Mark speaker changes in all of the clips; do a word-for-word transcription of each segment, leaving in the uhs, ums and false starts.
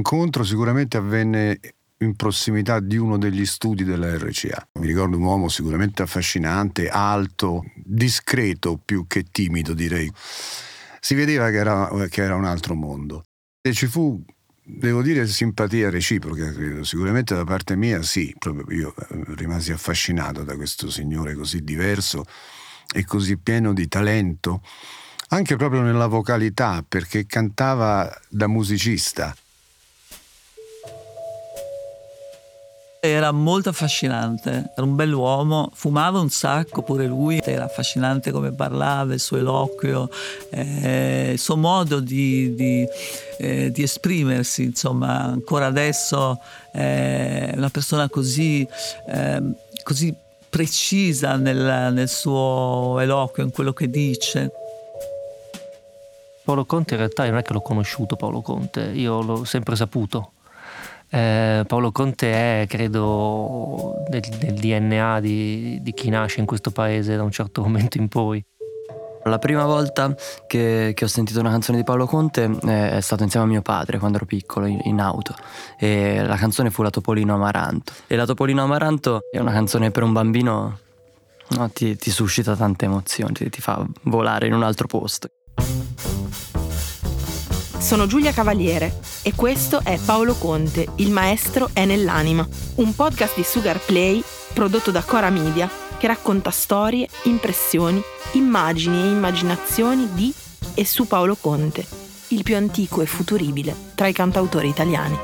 Speaker 1: incontro sicuramente avvenne in prossimità di uno degli studi della R C A. Mi ricordo un uomo sicuramente affascinante, alto, discreto più che timido, direi. Si vedeva che era, che era un altro mondo. E ci fu, devo dire, simpatia reciproca, credo. Sicuramente da parte mia sì, proprio io rimasi affascinato da questo signore così diverso e così pieno di talento, anche proprio nella vocalità, perché cantava da musicista.
Speaker 2: Era molto affascinante, era un bell'uomo, fumava un sacco pure lui, era affascinante come parlava, il suo eloquio, eh, il suo modo di, di, eh, di esprimersi, insomma, ancora adesso è una persona così, eh, così precisa nel, nel suo eloquio, in quello che dice.
Speaker 3: Paolo Conte in realtà non è che l'ho conosciuto Paolo Conte, io l'ho sempre saputo. Eh, Paolo Conte è, credo, nel, nel D N A di, di chi nasce in questo paese da un certo momento in poi.
Speaker 4: La prima volta che, che ho sentito una canzone di Paolo Conte eh, è stato insieme a mio padre quando ero piccolo in, in auto, e la canzone fu La Topolino Amaranto. E La Topolino Amaranto è una canzone per un bambino, no, ti, ti suscita tante emozioni, ti, ti fa volare in un altro posto.
Speaker 5: Sono Giulia Cavaliere e questo è Paolo Conte, il maestro è nell'anima, un podcast di Sugar Play prodotto da Cora Media che racconta storie, impressioni, immagini e immaginazioni di e su Paolo Conte, il più antico e futuribile tra i cantautori italiani.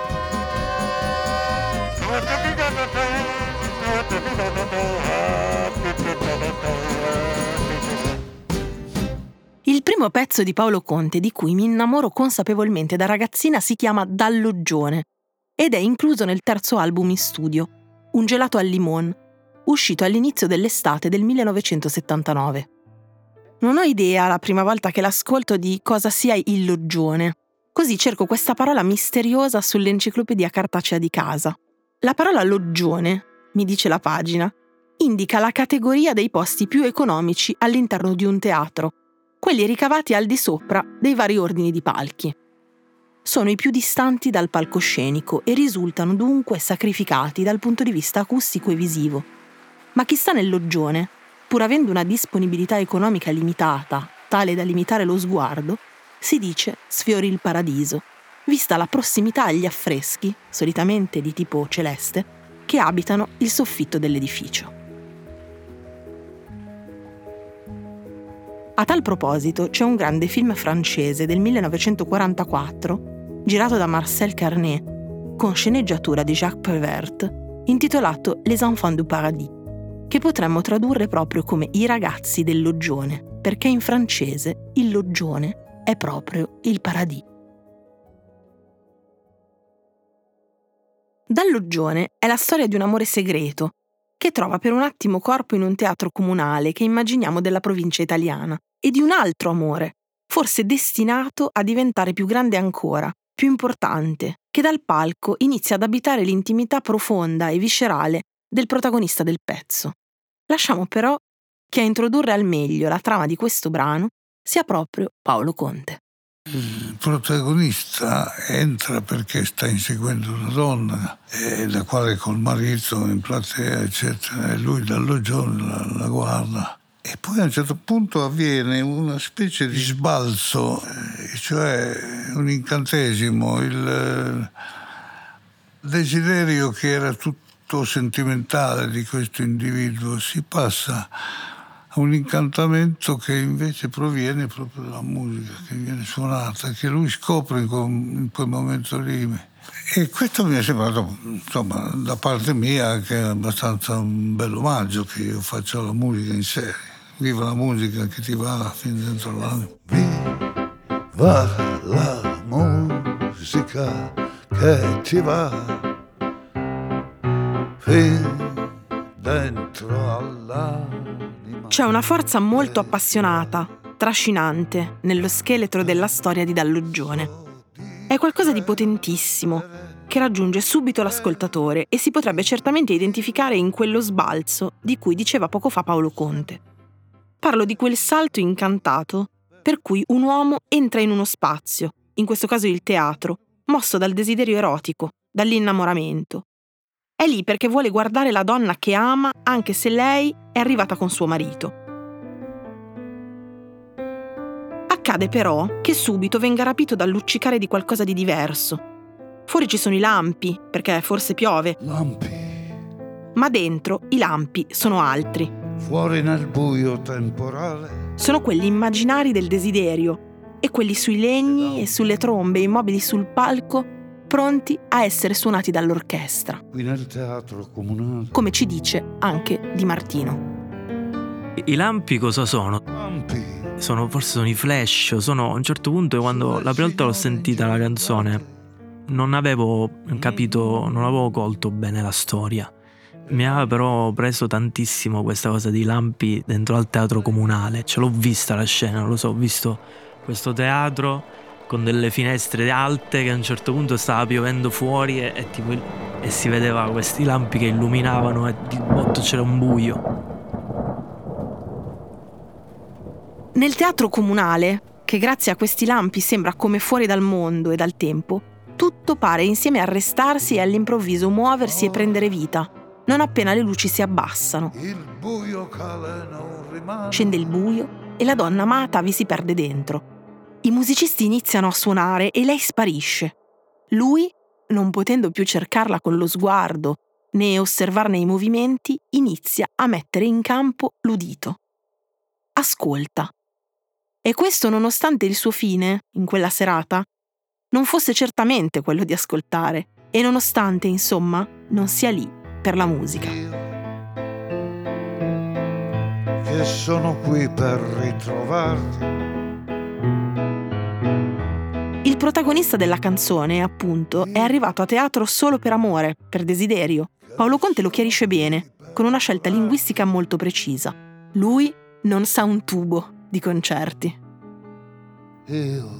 Speaker 5: Il primo pezzo di Paolo Conte di cui mi innamoro consapevolmente da ragazzina si chiama Dall'Oggione ed è incluso nel terzo album in studio, Un gelato al limon, uscito all'inizio dell'estate del millenovecentosettantanove. Non ho idea la prima volta che l'ascolto di cosa sia il loggione, così cerco questa parola misteriosa sull'enciclopedia cartacea di casa. La parola loggione, mi dice la pagina, indica la categoria dei posti più economici all'interno di un teatro, quelli ricavati al di sopra dei vari ordini di palchi. Sono i più distanti dal palcoscenico e risultano dunque sacrificati dal punto di vista acustico e visivo. Ma chi sta nel loggione, pur avendo una disponibilità economica limitata, tale da limitare lo sguardo, si dice sfiori il paradiso, vista la prossimità agli affreschi, solitamente di tipo celeste, che abitano il soffitto dell'edificio. A tal proposito c'è un grande film francese del millenovecentoquarantaquattro, girato da Marcel Carné, con sceneggiatura di Jacques Prévert, intitolato Les Enfants du Paradis, che potremmo tradurre proprio come I ragazzi del loggione, perché in francese il loggione è proprio il paradis. Dal loggione è la storia di un amore segreto, che trova per un attimo corpo in un teatro comunale che immaginiamo della provincia italiana, e di un altro amore, forse destinato a diventare più grande ancora, più importante, che dal palco inizia ad abitare l'intimità profonda e viscerale del protagonista del pezzo. Lasciamo però che a introdurre al meglio la trama di questo brano sia proprio Paolo Conte.
Speaker 6: Il protagonista entra perché sta inseguendo una donna, e la quale col marito in platea, eccetera, e lui dall'oggione la, la guarda. E poi a un certo punto avviene una specie di sbalzo, eh, cioè un incantesimo, il eh, desiderio che era tutto sentimentale di questo individuo si passa a un incantamento che invece proviene proprio dalla musica che viene suonata, che lui scopre in quel, in quel momento lì. E questo mi è sembrato, insomma, da parte mia, che è abbastanza un bel omaggio che io faccio alla musica in serie. Viva la musica che ti va fin dentro l'anima.
Speaker 7: Viva la musica che ti va fin dentro all'anima.
Speaker 5: C'è una forza molto appassionata, trascinante, nello scheletro della storia di Dall'Oggione. È qualcosa di potentissimo, che raggiunge subito l'ascoltatore e si potrebbe certamente identificare in quello sbalzo di cui diceva poco fa Paolo Conte. Parlo di quel salto incantato per cui un uomo entra in uno spazio, in questo caso il teatro, mosso dal desiderio erotico, dall'innamoramento. È lì perché vuole guardare la donna che ama anche se lei è arrivata con suo marito. Accade però che subito venga rapito dal luccicare di qualcosa di diverso. Fuori ci sono i lampi, perché forse piove.
Speaker 7: Lampi.
Speaker 5: Ma dentro i lampi sono altri.
Speaker 7: Fuori nel buio temporale.
Speaker 5: Sono quelli immaginari del desiderio e quelli sui legni e sulle trombe immobili sul palco, pronti a essere suonati dall'orchestra.
Speaker 7: Qui nel teatro comunale.
Speaker 5: Come ci dice anche Di Martino.
Speaker 8: I lampi cosa sono?
Speaker 7: Lampi.
Speaker 8: Sono, forse sono i flash. Sono, a un certo punto, quando la prima volta l'ho sentita la canzone, non avevo capito, non avevo colto bene la storia. Mi aveva però preso tantissimo questa cosa di lampi dentro al teatro comunale. Ce l'ho vista la scena, lo so, ho visto questo teatro con delle finestre alte che a un certo punto stava piovendo fuori e, e, tipo, e si vedeva questi lampi che illuminavano e di botto c'era un buio.
Speaker 5: Nel teatro comunale, che grazie a questi lampi sembra come fuori dal mondo e dal tempo, tutto pare insieme arrestarsi e all'improvviso muoversi e prendere vita, non appena le luci si abbassano.
Speaker 7: Il buio cale non rimane.
Speaker 5: Scende il buio e la donna amata vi si perde dentro. I musicisti iniziano a suonare e lei sparisce. Lui, non potendo più cercarla con lo sguardo né osservarne i movimenti, inizia a mettere in campo l'udito. Ascolta. E questo nonostante il suo fine, in quella serata, non fosse certamente quello di ascoltare e nonostante, insomma, non sia lì per la musica.
Speaker 7: Che sono qui per ritrovarti.
Speaker 5: Il protagonista della canzone, appunto, è arrivato a teatro solo per amore, per desiderio. Paolo Conte lo chiarisce bene, con una scelta linguistica molto precisa. Lui non sa un tubo di concerti.
Speaker 7: Io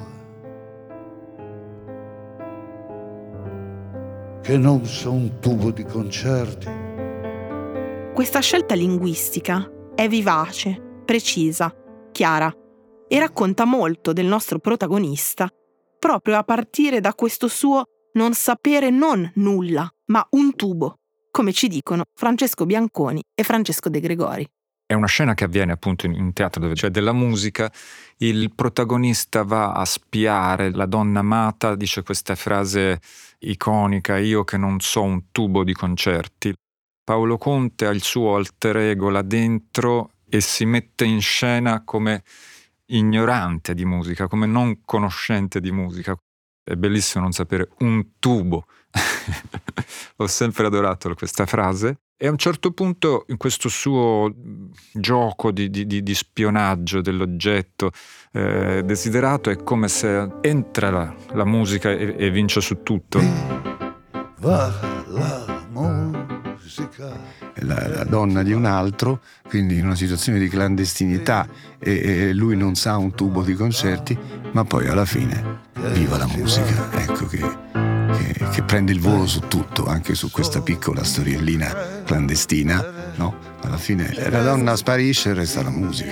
Speaker 7: che non so un tubo di concerti.
Speaker 5: Questa scelta linguistica è vivace, precisa, chiara e racconta molto del nostro protagonista proprio a partire da questo suo non sapere non nulla, ma un tubo, come ci dicono Francesco Bianconi e Francesco De Gregori.
Speaker 9: È una scena che avviene appunto in un teatro dove c'è della musica, il protagonista va a spiare la donna amata, dice questa frase iconica, io che non so un tubo di concerti. Paolo Conte ha il suo alter ego là dentro e si mette in scena come ignorante di musica, come non conoscente di musica. È bellissimo non sapere un tubo. Ho sempre adorato questa frase. E a un certo punto, in questo suo gioco di, di, di spionaggio dell'oggetto eh, desiderato, è come se entra la, la musica e, e vince su tutto.
Speaker 7: Va la musica.
Speaker 1: La, la donna di un altro, quindi in una situazione di clandestinità, e, e lui non sa un tubo di concerti, ma poi alla fine viva la musica, ecco che, che, che prende il volo su tutto, anche su questa piccola storiellina clandestina, no? Alla fine la donna sparisce e resta la musica.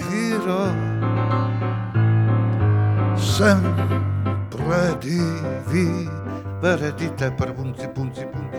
Speaker 7: Sempre di vivere di te per punzi punzi punzi.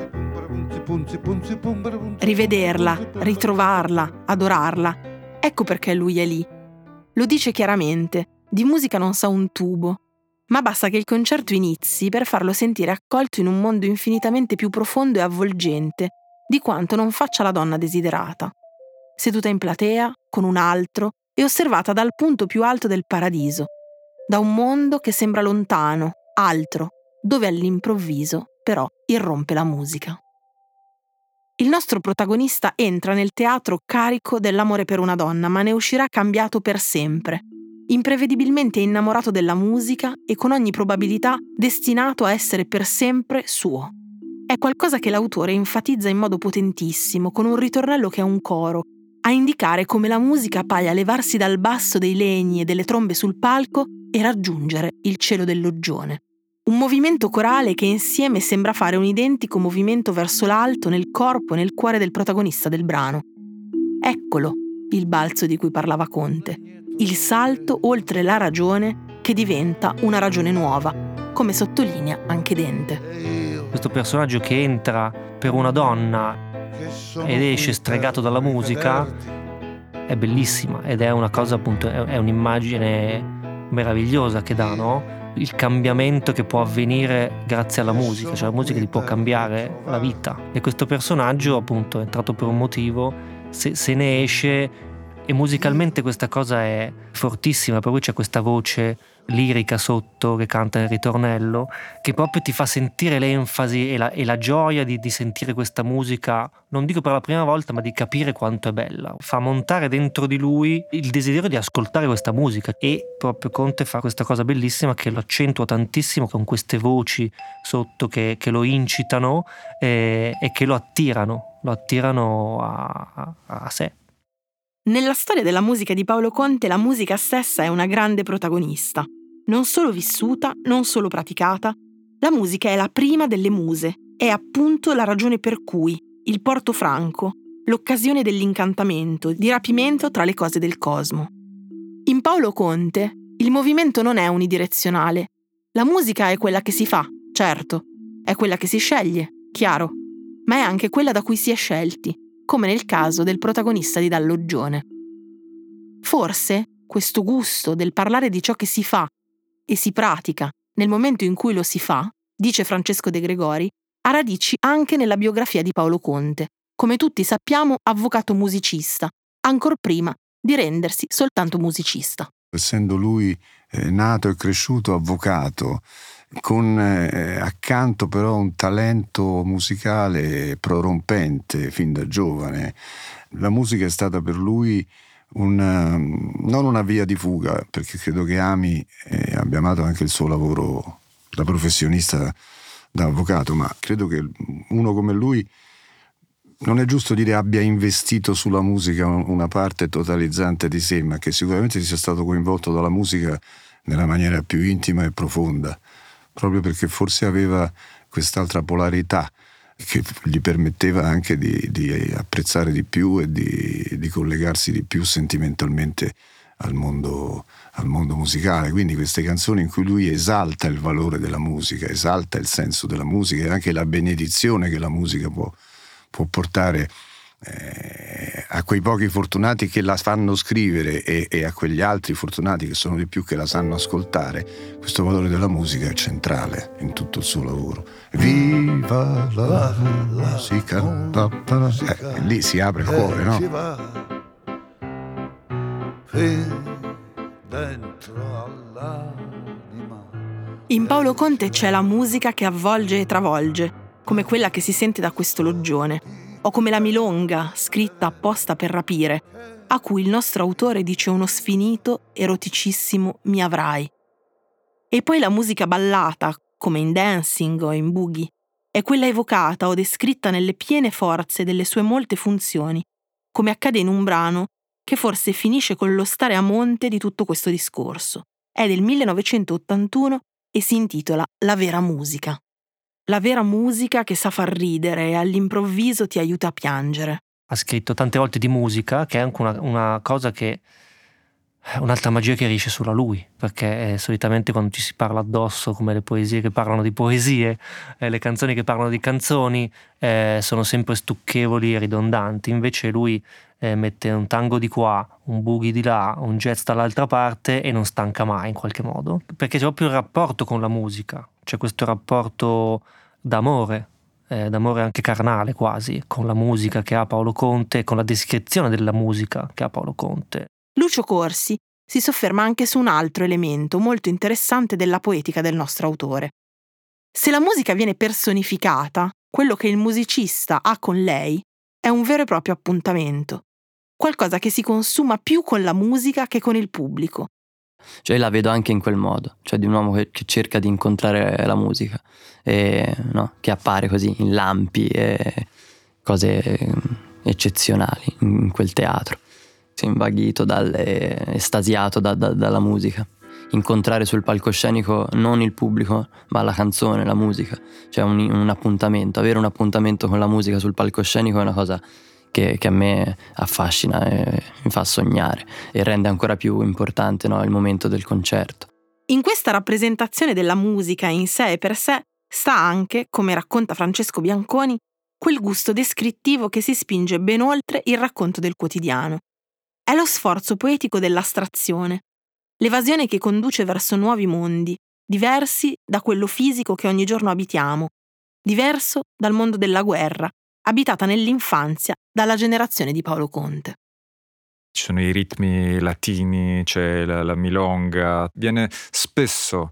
Speaker 5: Rivederla, ritrovarla, adorarla. Ecco perché lui è lì. Lo dice chiaramente, di musica non sa un tubo, ma basta che il concerto inizi per farlo sentire accolto in un mondo infinitamente più profondo e avvolgente di quanto non faccia la donna desiderata. Seduta in platea, con un altro, e osservata dal punto più alto del paradiso, da un mondo che sembra lontano, altro, dove all'improvviso, però, irrompe la musica. Il nostro protagonista entra nel teatro carico dell'amore per una donna, ma ne uscirà cambiato per sempre, imprevedibilmente innamorato della musica e con ogni probabilità destinato a essere per sempre suo. È qualcosa che l'autore enfatizza in modo potentissimo, con un ritornello che è un coro, a indicare come la musica paia levarsi dal basso dei legni e delle trombe sul palco e raggiungere il cielo del loggione. Un movimento corale che insieme sembra fare un identico movimento verso l'alto nel corpo e nel cuore del protagonista del brano. Eccolo, il balzo di cui parlava Conte, il salto oltre la ragione che diventa una ragione nuova, come sottolinea anche Dente.
Speaker 3: Questo personaggio che entra per una donna ed esce stregato dalla musica è bellissima, ed è una cosa, appunto, è un'immagine meravigliosa che dà, no? Il cambiamento che può avvenire grazie alla musica, cioè la musica ti può cambiare la vita, e questo personaggio, appunto, è entrato per un motivo, se, se ne esce, e musicalmente questa cosa è fortissima, per cui c'è questa voce lirica sotto che canta il ritornello, che proprio ti fa sentire l'enfasi e la, e la gioia di, di sentire questa musica, non dico per la prima volta, ma di capire quanto è bella. Fa montare dentro di lui il desiderio di ascoltare questa musica, e proprio Conte fa questa cosa bellissima che lo accentua tantissimo con queste voci sotto che, che lo incitano e, e che lo attirano, lo attirano a, a, a sé.
Speaker 5: Nella storia della musica di Paolo Conte la musica stessa è una grande protagonista. Non solo vissuta, non solo praticata, la musica è la prima delle muse, è appunto la ragione per cui il porto franco, l'occasione dell'incantamento, di rapimento tra le cose del cosmo. In Paolo Conte il movimento non è unidirezionale. La musica è quella che si fa, certo, è quella che si sceglie, chiaro, ma è anche quella da cui si è scelti, come nel caso del protagonista di Dalloggione. Forse questo gusto del parlare di ciò che si fa e si pratica nel momento in cui lo si fa, dice Francesco De Gregori, ha radici anche nella biografia di Paolo Conte, come tutti sappiamo avvocato musicista, ancor prima di rendersi soltanto musicista.
Speaker 1: Essendo lui eh, nato e cresciuto avvocato, con eh, accanto però un talento musicale prorompente fin da giovane, la musica è stata per lui una, non una via di fuga, perché credo che ami e abbia amato anche il suo lavoro da professionista, da avvocato, ma credo che uno come lui, non è giusto dire abbia investito sulla musica una parte totalizzante di sé, ma che sicuramente sia stato coinvolto dalla musica nella maniera più intima e profonda, proprio perché forse aveva quest'altra polarità che gli permetteva anche di, di apprezzare di più e di, di collegarsi di più sentimentalmente al mondo, al mondo musicale. Quindi queste canzoni in cui lui esalta il valore della musica, esalta il senso della musica e anche la benedizione che la musica può, può portare eh, a quei pochi fortunati che la fanno scrivere e, e a quegli altri fortunati che sono di più che la sanno ascoltare. Questo valore della musica è centrale in tutto il suo lavoro. Viva la musica, eh, lì si apre il cuore, no?
Speaker 5: In Paolo Conte c'è la musica che avvolge e travolge, come quella che si sente da questo loggione, o come la milonga, scritta apposta per rapire, a cui il nostro autore dice uno sfinito, eroticissimo mi avrai. E poi la musica ballata, come in Dancing o in Boogie, è quella evocata o descritta nelle piene forze delle sue molte funzioni, come accade in un brano che forse finisce con lo stare a monte di tutto questo discorso. È del millenovecentottantuno e si intitola La vera musica. La vera musica che sa far ridere e all'improvviso ti aiuta a piangere.
Speaker 3: Ha scritto tante volte di musica, che è anche una, una cosa che un'altra magia che riesce solo a lui, perché eh, solitamente quando ci si parla addosso, come le poesie che parlano di poesie, eh, le canzoni che parlano di canzoni, eh, sono sempre stucchevoli e ridondanti. Invece lui eh, mette un tango di qua, un boogie di là, un jazz dall'altra parte e non stanca mai in qualche modo, perché c'è proprio il rapporto con la musica, c'è questo rapporto d'amore, eh, d'amore anche carnale quasi, con la musica che ha Paolo Conte, con la descrizione della musica che ha Paolo Conte.
Speaker 5: Lucio Corsi si sofferma anche su un altro elemento molto interessante della poetica del nostro autore. Se la musica viene personificata, quello che il musicista ha con lei è un vero e proprio appuntamento, qualcosa che si consuma più con la musica che con il pubblico.
Speaker 4: Cioè la vedo anche in quel modo, cioè di un uomo che, che cerca di incontrare la musica, e, no? Che appare così in lampi e cose eccezionali in quel teatro. Invaghito, dalle, estasiato da, da, dalla musica. Incontrare sul palcoscenico non il pubblico, ma la canzone, la musica. Cioè un, un appuntamento, avere un appuntamento con la musica sul palcoscenico è una cosa che, che a me affascina e mi fa sognare e rende ancora più importante, no, il momento del concerto.
Speaker 5: In questa rappresentazione della musica in sé e per sé sta anche, come racconta Francesco Bianconi, quel gusto descrittivo che si spinge ben oltre il racconto del quotidiano. È lo sforzo poetico dell'astrazione, l'evasione che conduce verso nuovi mondi, diversi da quello fisico che ogni giorno abitiamo, diverso dal mondo della guerra, abitata nell'infanzia dalla generazione di Paolo Conte.
Speaker 9: Ci sono i ritmi latini, c'è la, la milonga, viene spesso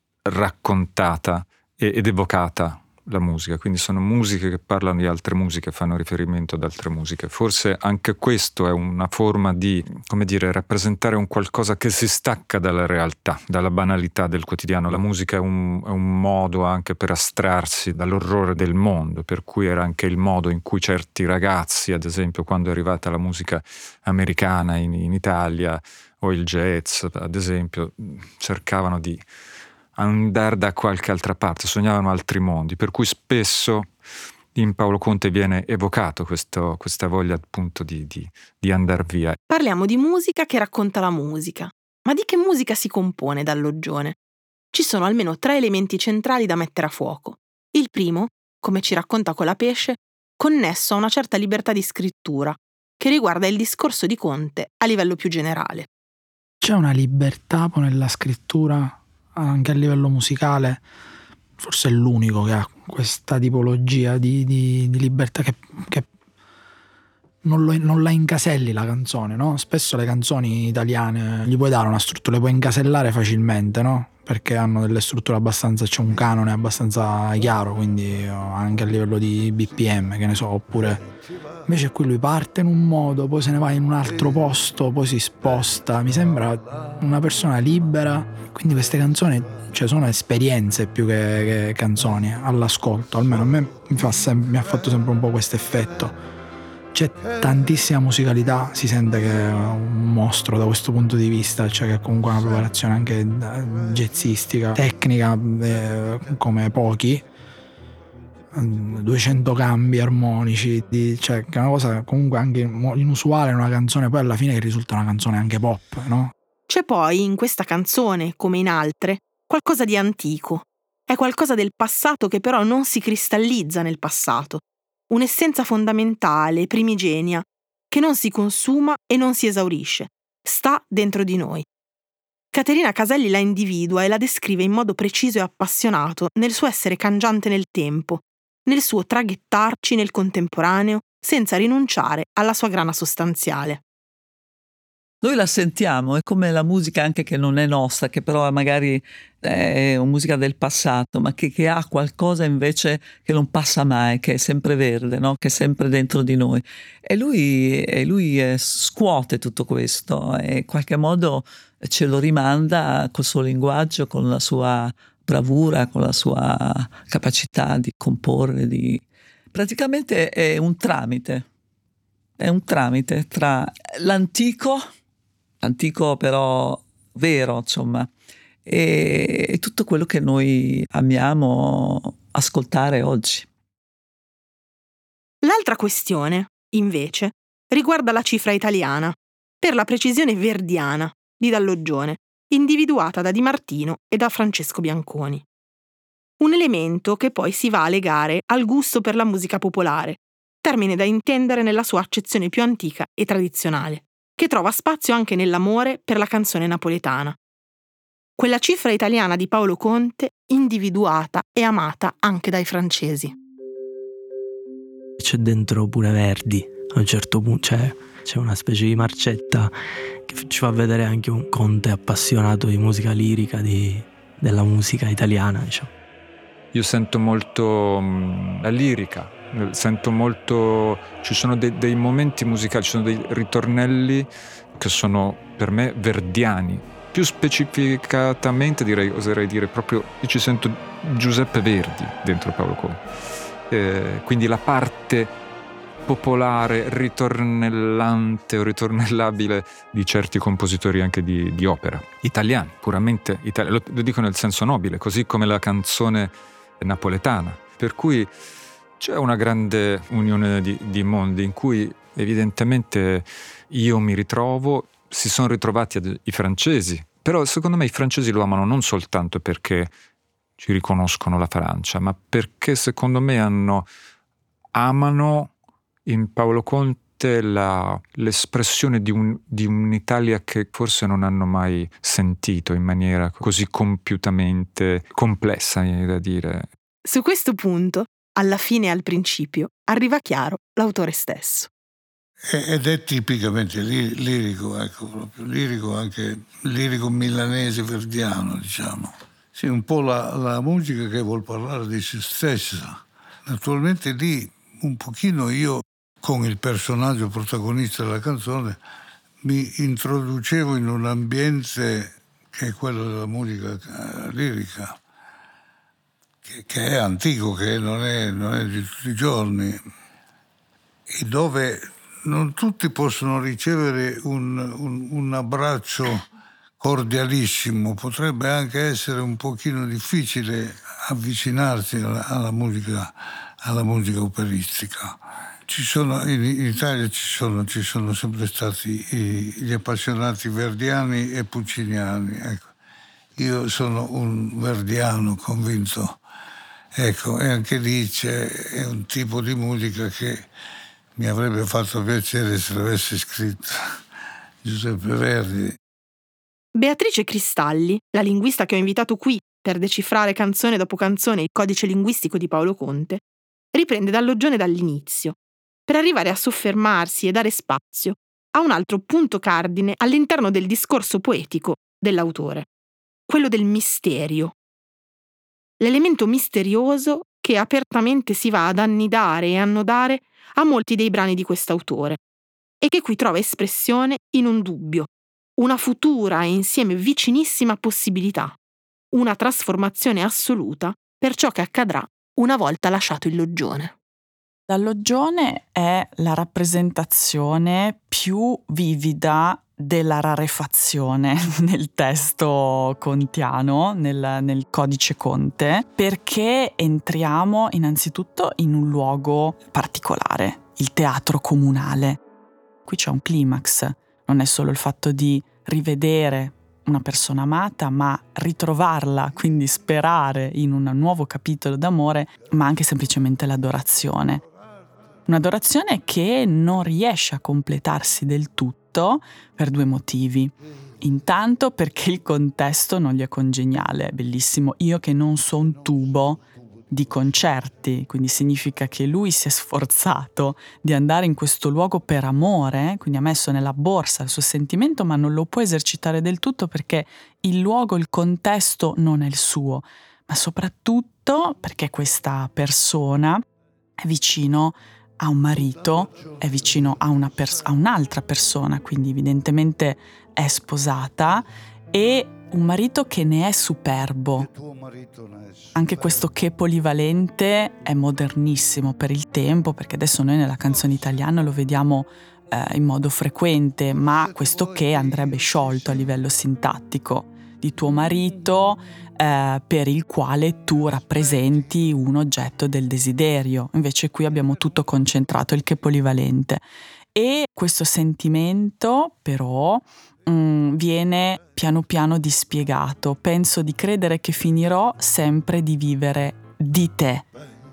Speaker 9: raccontata ed evocata la musica, quindi sono musiche che parlano di altre musiche, fanno riferimento ad altre musiche. Forse anche questo è una forma di, come dire, rappresentare un qualcosa che si stacca dalla realtà, dalla banalità del quotidiano. La musica è un, è un modo anche per astrarsi dall'orrore del mondo, per cui era anche il modo in cui certi ragazzi, ad esempio quando è arrivata la musica americana in, in Italia o il jazz, ad esempio, cercavano di andare da qualche altra parte, sognavano altri mondi, per cui spesso in Paolo Conte viene evocato questo, questa voglia appunto di, di, di andar via.
Speaker 5: Parliamo di musica che racconta la musica, ma di che musica si compone Dall'Oggione? Ci sono almeno tre elementi centrali da mettere a fuoco. Il primo, come ci racconta Colapesce, connesso a una certa libertà di scrittura, che riguarda il discorso di Conte a livello più generale.
Speaker 10: C'è una libertà poi nella scrittura anche a livello musicale, forse è l'unico che ha questa tipologia di, di, di libertà che, che non, lo, non la incaselli la canzone, no? Spesso le canzoni italiane gli puoi dare una struttura, le puoi incasellare facilmente, no? Perché hanno delle strutture abbastanza, c'è un canone abbastanza chiaro, quindi anche a livello di B P M, che ne so, oppure invece qui lui parte in un modo, poi se ne va in un altro posto, poi si sposta. Mi sembra una persona libera, quindi queste canzoni, cioè, sono esperienze più che, che canzoni all'ascolto, almeno a me mi, fa sem- mi ha fatto sempre un po' questo effetto. C'è tantissima musicalità, si sente che è un mostro da questo punto di vista, cioè che comunque ha una preparazione anche jazzistica, tecnica eh, come pochi, duecento cambi armonici, di, cioè che è una cosa comunque anche inusuale in una canzone, poi alla fine che risulta una canzone anche pop, no?
Speaker 5: C'è poi in questa canzone, come in altre, qualcosa di antico. È qualcosa del passato che però non si cristallizza nel passato. Un'essenza fondamentale, primigenia, che non si consuma e non si esaurisce. Sta dentro di noi. Caterina Caselli la individua e la descrive in modo preciso e appassionato nel suo essere cangiante nel tempo, nel suo traghettarci nel contemporaneo senza rinunciare alla sua grana sostanziale.
Speaker 2: Noi la sentiamo, è come la musica anche che non è nostra, che però magari è una musica del passato, ma che, che ha qualcosa invece che non passa mai, che è sempre verde, no? Che è sempre dentro di noi. E lui, e lui eh, scuote tutto questo e in qualche modo ce lo rimanda col suo linguaggio, con la sua bravura, con la sua capacità di comporre, di... praticamente è un tramite, è un tramite tra l'antico, antico però vero, insomma, e, e tutto quello che noi amiamo ascoltare oggi.
Speaker 5: L'altra questione, invece, riguarda la cifra italiana, per la precisione verdiana, di Dall'Oggione, individuata da Di Martino e da Francesco Bianconi. Un elemento che poi si va a legare al gusto per la musica popolare, termine da intendere nella sua accezione più antica e tradizionale, che trova spazio anche nell'amore per la canzone napoletana. Quella cifra italiana di Paolo Conte, individuata e amata anche dai francesi.
Speaker 8: C'è dentro pure Verdi, a un certo punto c'è, c'è una specie di marcetta che ci fa vedere anche un Conte appassionato di musica lirica, di, della musica italiana, diciamo.
Speaker 9: Io sento molto mh, la lirica, sento molto, ci sono dei, dei momenti musicali, ci sono dei ritornelli che sono per me verdiani. Più specificatamente direi, oserei dire proprio, io ci sento Giuseppe Verdi dentro Paolo Conte. Eh, quindi la parte popolare, ritornellante o ritornellabile di certi compositori anche di, di opera italiani, puramente italiani, lo, lo dico nel senso nobile, così come la canzone napoletana, per cui c'è una grande unione di, di mondi in cui evidentemente io mi ritrovo, si sono ritrovati ad, i francesi Però secondo me i francesi lo amano non soltanto perché ci riconoscono la Francia, ma perché secondo me hanno, amano in Paolo Conte la, l'espressione di, un, di un'Italia che forse non hanno mai sentito in maniera così compiutamente complessa, mi viene da dire.
Speaker 5: Su questo punto, alla fine e al principio, arriva chiaro l'autore stesso.
Speaker 6: Ed è tipicamente lirico, ecco, proprio lirico, anche lirico milanese verdiano, diciamo. Sì, un po' la, la musica che vuol parlare di se stessa. Naturalmente lì un pochino io, con il personaggio protagonista della canzone, mi introducevo in un ambiente che è quello della musica lirica, che, che è antico, che non è, non è di tutti i giorni, e dove non tutti possono ricevere un, un, un abbraccio cordialissimo, potrebbe anche essere un pochino difficile avvicinarsi alla, alla musica, alla musica operistica. Ci sono, in, in Italia ci sono, ci sono sempre stati i, gli appassionati verdiani e pucciniani. Ecco. Io sono un verdiano convinto, ecco, e anche lì c'è è un tipo di musica che mi avrebbe fatto piacere se l'avesse scritto Giuseppe Verdi.
Speaker 5: Beatrice Cristalli, la linguista che ho invitato qui per decifrare canzone dopo canzone il codice linguistico di Paolo Conte, riprende dall'Oggione dall'inizio, per arrivare a soffermarsi e dare spazio a un altro punto cardine all'interno del discorso poetico dell'autore, quello del misterio. L'elemento misterioso che apertamente si va ad annidare e annodare a molti dei brani di quest'autore e che qui trova espressione in un dubbio, una futura e insieme vicinissima possibilità, una trasformazione assoluta per ciò che accadrà una volta lasciato il loggione.
Speaker 11: L'alloggio è la rappresentazione più vivida della rarefazione nel testo contiano, nel, nel codice Conte, perché entriamo innanzitutto in un luogo particolare, il teatro comunale. Qui c'è un climax, non è solo il fatto di rivedere una persona amata, ma ritrovarla, quindi sperare in un nuovo capitolo d'amore, ma anche semplicemente l'adorazione. Un'adorazione che non riesce a completarsi del tutto per due motivi. Intanto perché il contesto non gli è congeniale, è bellissimo. Io che non so un tubo di concerti, quindi significa che lui si è sforzato di andare in questo luogo per amore, quindi ha messo nella borsa il suo sentimento, ma non lo può esercitare del tutto perché il luogo, il contesto non è il suo, ma soprattutto perché questa persona è vicino a un marito, è vicino a, una pers- a un'altra persona, quindi evidentemente è sposata, e un marito che ne è superbo. Anche questo che polivalente è modernissimo per il tempo, perché adesso noi nella canzone italiana lo vediamo eh, in modo frequente, ma questo che andrebbe sciolto a livello sintattico, di tuo marito eh, per il quale tu rappresenti un oggetto del desiderio. Invece qui abbiamo tutto concentrato, il che polivalente. E questo sentimento però mh, viene piano piano dispiegato. Penso di credere che finirò sempre di vivere di te.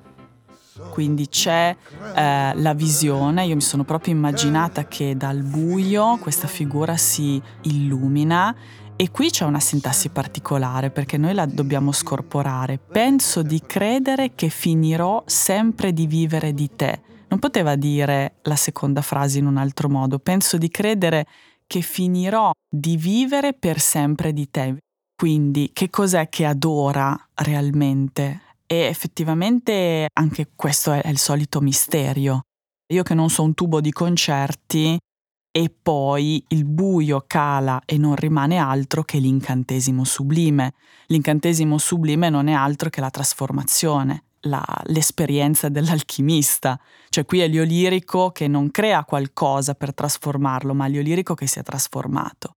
Speaker 11: Quindi c'è eh, la visione, io mi sono proprio immaginata che dal buio questa figura si illumina. E qui c'è una sintassi particolare perché noi la dobbiamo scorporare. Penso di credere che finirò sempre di vivere di te. Non poteva dire la seconda frase in un altro modo. Penso di credere che finirò di vivere per sempre di te. Quindi che cos'è che adora realmente? E effettivamente anche questo è il solito misterio. Io che non so un tubo di concerti, e poi il buio cala e non rimane altro che l'incantesimo sublime. L'incantesimo sublime non è altro che la trasformazione, la, l'esperienza dell'alchimista. Cioè qui è l'io-lirico che non crea qualcosa per trasformarlo, ma l'io-lirico che si è trasformato.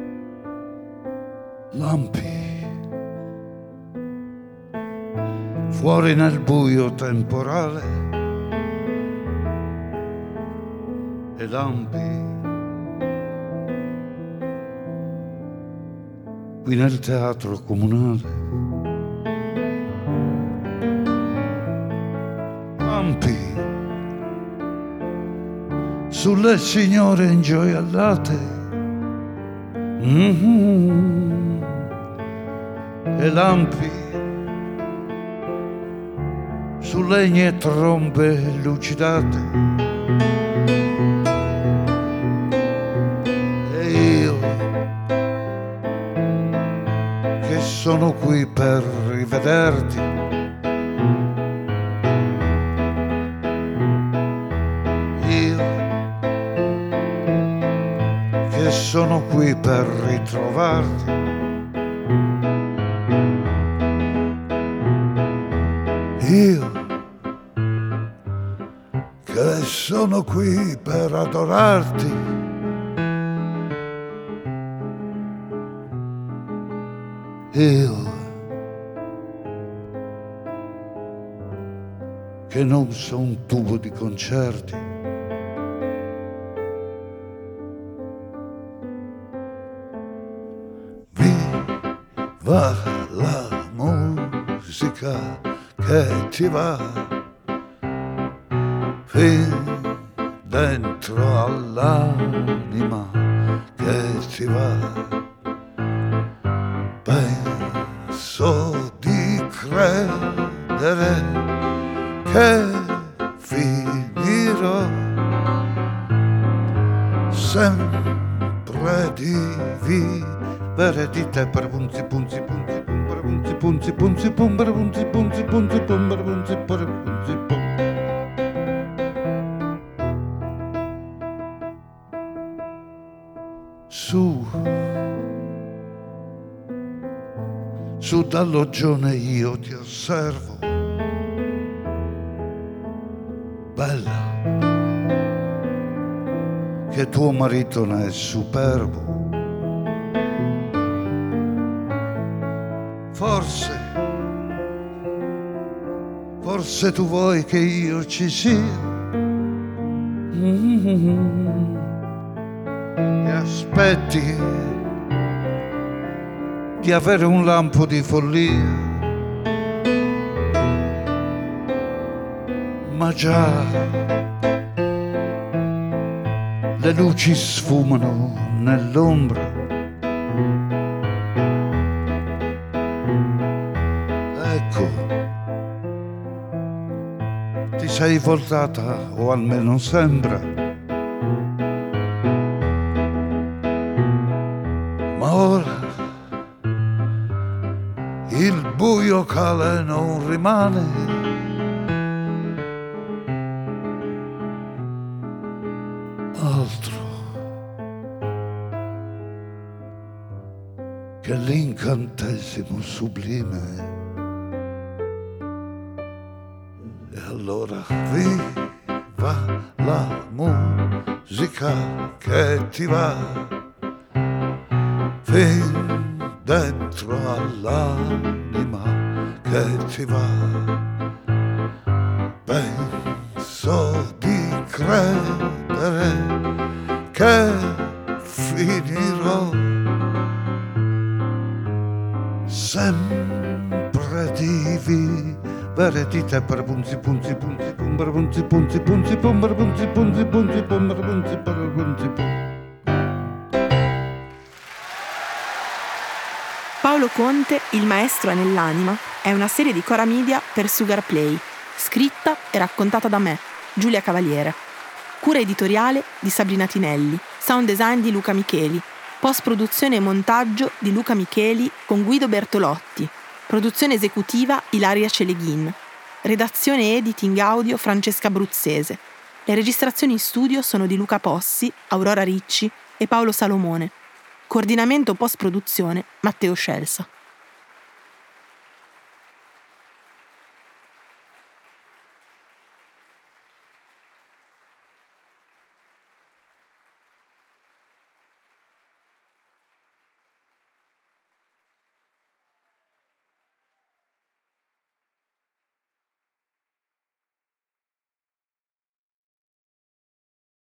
Speaker 7: Lampi
Speaker 6: fuori nel buio temporale e lampi qui nel teatro comunale, lampi sulle signore ingioiellate, mm-hmm. e lampi su legni e trombe lucidate, e io che sono qui per rivederti, io che sono qui per ritrovarti, io che sono qui per adorarti, io che non sono un tubo di concerti, viva la musica che ti va fin dentro all'anima, che ti va. Penso di credere che finirò sempre di vivere di te per punzi punzi punzi pum punzi punzi punzi pum punzi punzi punzi pum punzi punzi pum. Su, su dal loggione io ti osservo, bella, che tuo marito ne è superbo. Forse, forse tu vuoi che io ci sia, mm-hmm. e aspetti di avere un lampo di follia, ma già le luci sfumano nell'ombra, ecco, ti sei voltata, o almeno sembra, ma ora il buio cala e non rimane, altro che l'incantesimo sublime. E allora viva la musica che ti va fin dentro all'anima, che ti va. Penso di credere che finirò sempre di vivere di te per punzi punzi punzi pum per punzi punzi punzi pum per punzi punzi punzi pum per punzi per punzi pum.
Speaker 5: Paolo Conte, Il maestro è nell'anima, è una serie di Cora Media per Sugar Play, scritta e raccontata da me, Giulia Cavaliere. Cura editoriale di Sabrina Tinelli, sound design di Luca Micheli, post-produzione e montaggio di Luca Micheli con Guido Bertolotti, produzione esecutiva Ilaria Celeghin, redazione e editing audio Francesca Bruzzese. Le registrazioni in studio sono di Luca Possi, Aurora Ricci e Paolo Salomone. Coordinamento post-produzione Matteo Scelsa.